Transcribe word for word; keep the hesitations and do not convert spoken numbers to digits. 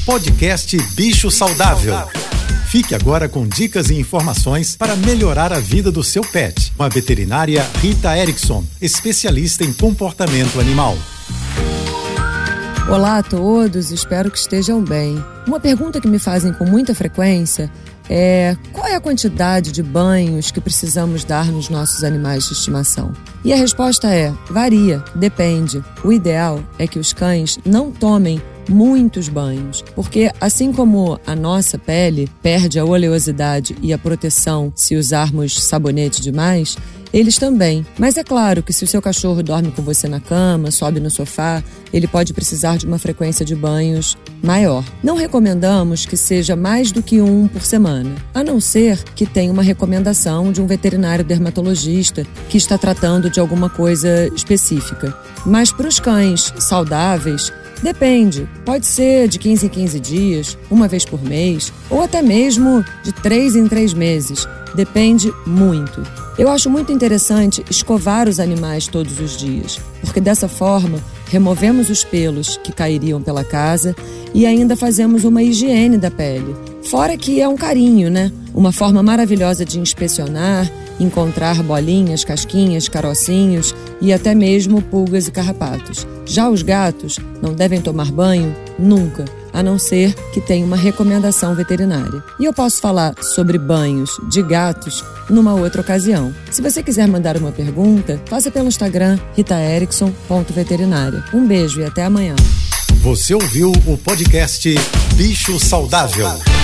Podcast Bicho Saudável. Fique agora com dicas e informações para melhorar a vida do seu pet, com a veterinária Rita Erickson, especialista em comportamento animal. Olá a todos, espero que estejam bem. Uma pergunta que me fazem com muita frequência é: qual é a quantidade de banhos que precisamos dar nos nossos animais de estimação? E a resposta é: varia, depende. O ideal é que os cães não tomem muitos banhos, porque assim como a nossa pele perde a oleosidade e a proteção se usarmos sabonete demais, eles também. Mas é claro que se o seu cachorro dorme com você na cama, sobe no sofá, ele pode precisar de uma frequência de banhos maior. Não recomendamos que seja mais do que um por semana, a não ser que tenha uma recomendação de um veterinário dermatologista que está tratando de alguma coisa específica. Mas para os cães saudáveis, depende, pode ser de quinze em quinze dias, uma vez por mês, ou até mesmo de três em três meses. Depende muito. Eu acho muito interessante escovar os animais todos os dias, porque dessa forma removemos os pelos que cairiam pela casa e ainda fazemos uma higiene da pele. Fora que é um carinho, né? Uma forma maravilhosa de inspecionar, encontrar bolinhas, casquinhas, carocinhos e até mesmo pulgas e carrapatos. Já os gatos não devem tomar banho nunca, a não ser que tenha uma recomendação veterinária. E eu posso falar sobre banhos de gatos numa outra ocasião. Se você quiser mandar uma pergunta, faça pelo Instagram rita erickson ponto veterinária. Um beijo e até amanhã. Você ouviu o podcast Bicho Saudável.